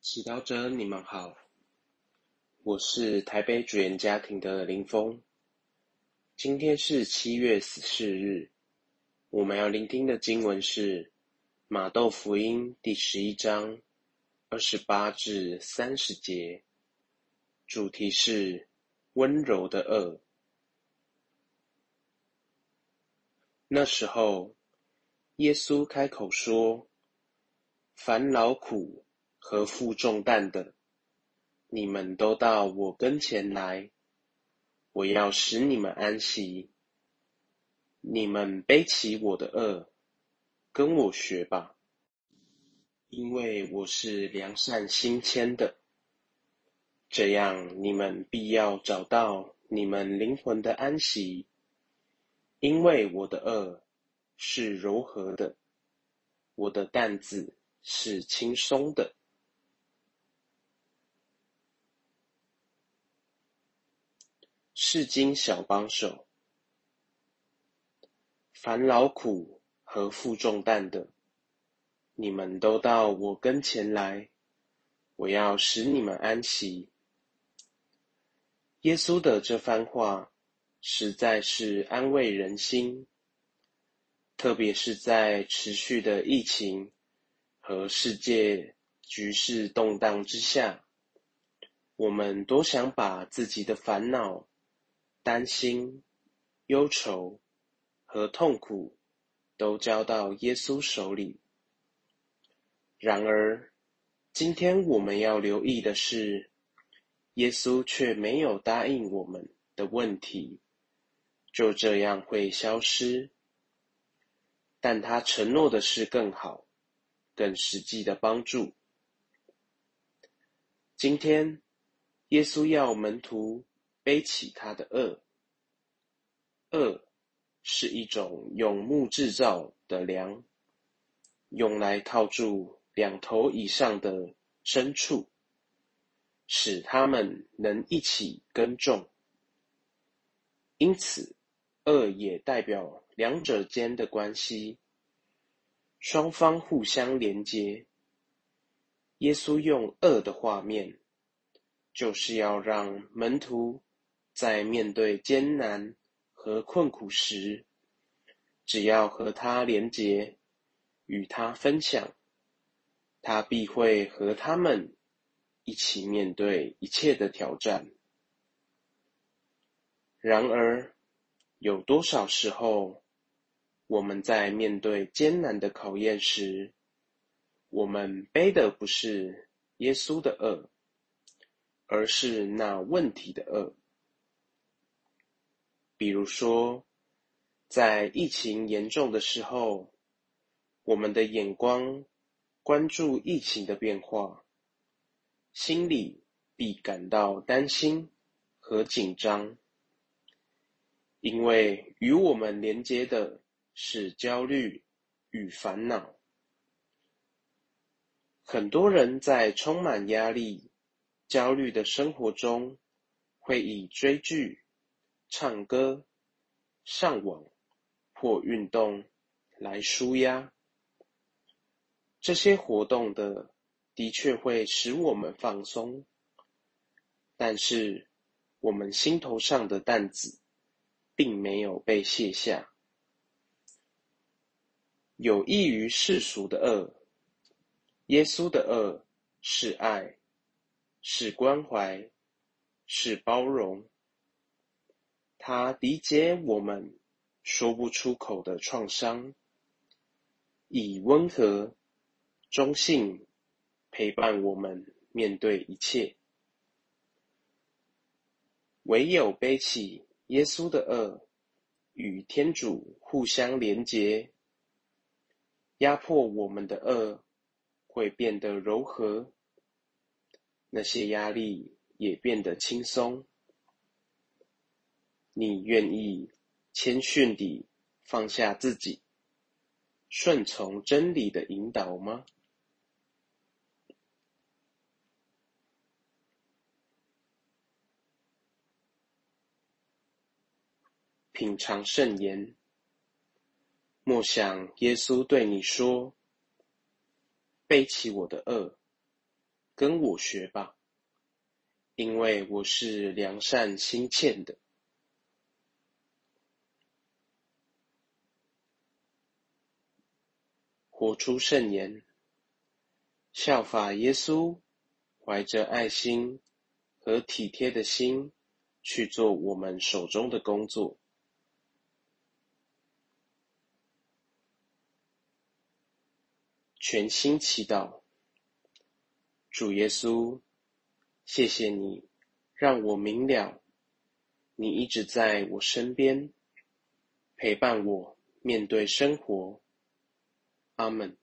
祈祷者，你们好，我是台北主言家庭的林峰。今天是7月14日，我们要聆听的经文是马窦福音第11章28至30节，主题是温柔的恶。那时候，耶稣开口说：凡劳苦和负重担的，你们都到我跟前来，我要使你们安息。你们背起我的恶，跟我学吧，因为我是良善心谦的，这样你们必要找到你们灵魂的安息。因为我的恶是柔和的，我的担子是轻松的。释经小帮手，凡劳苦和负重担的，你们都到我跟前来，我要使你们安息。耶稣的这番话实在是安慰人心，特别是在持续的疫情和世界局势动荡之下，我们多想把自己的烦恼、担心、忧愁和痛苦都交到耶稣手里。然而，今天我们要留意的是，耶稣却没有答应我们的问题就这样会消失，但他承诺的是更好、更实际的帮助。今天，耶稣要门徒背起他的恶。恶是一种用木制造的梁，用来套住2头以上的牲畜，使它们能一起耕种。因此，恶也代表两者间的关系，双方互相连结。耶稣用恶的画面，就是要让门徒在面对艰难和困苦时，只要和他连结，与他分享，他必会和他们一起面对一切的挑战。然而，有多少时候，我们在面对艰难的考验时，我们背的不是耶稣的恶，而是那问题的恶。比如说，在疫情严重的时候，我们的眼光关注疫情的变化，心里必感到担心和紧张，因为与我们连接的是焦虑与烦恼。很多人在充满压力、焦虑的生活中，会以追剧、唱歌、上网或运动来抒压。这些活动的确会使我们放松，但是我们心头上的担子并没有被卸下。有益于世俗的恶，耶稣的恶是爱，是关怀，是包容。他理解我们说不出口的创伤，以温和、中性陪伴我们面对一切。唯有背起耶稣的恶，与天主互相连结，压迫我们的恶会变得柔和，那些压力也变得轻松。你愿意谦逊地放下自己，顺从真理的引导吗？品尝圣言，默想耶稣对你说：背起我的恶， 跟我学吧，因为我是良善心切的。活出圣言，效法耶稣，怀着爱心和体贴的心去做我们手中的工作。全心祈祷，主耶稣，谢谢你让我明了，你一直在我身边，陪伴我面对生活。阿们。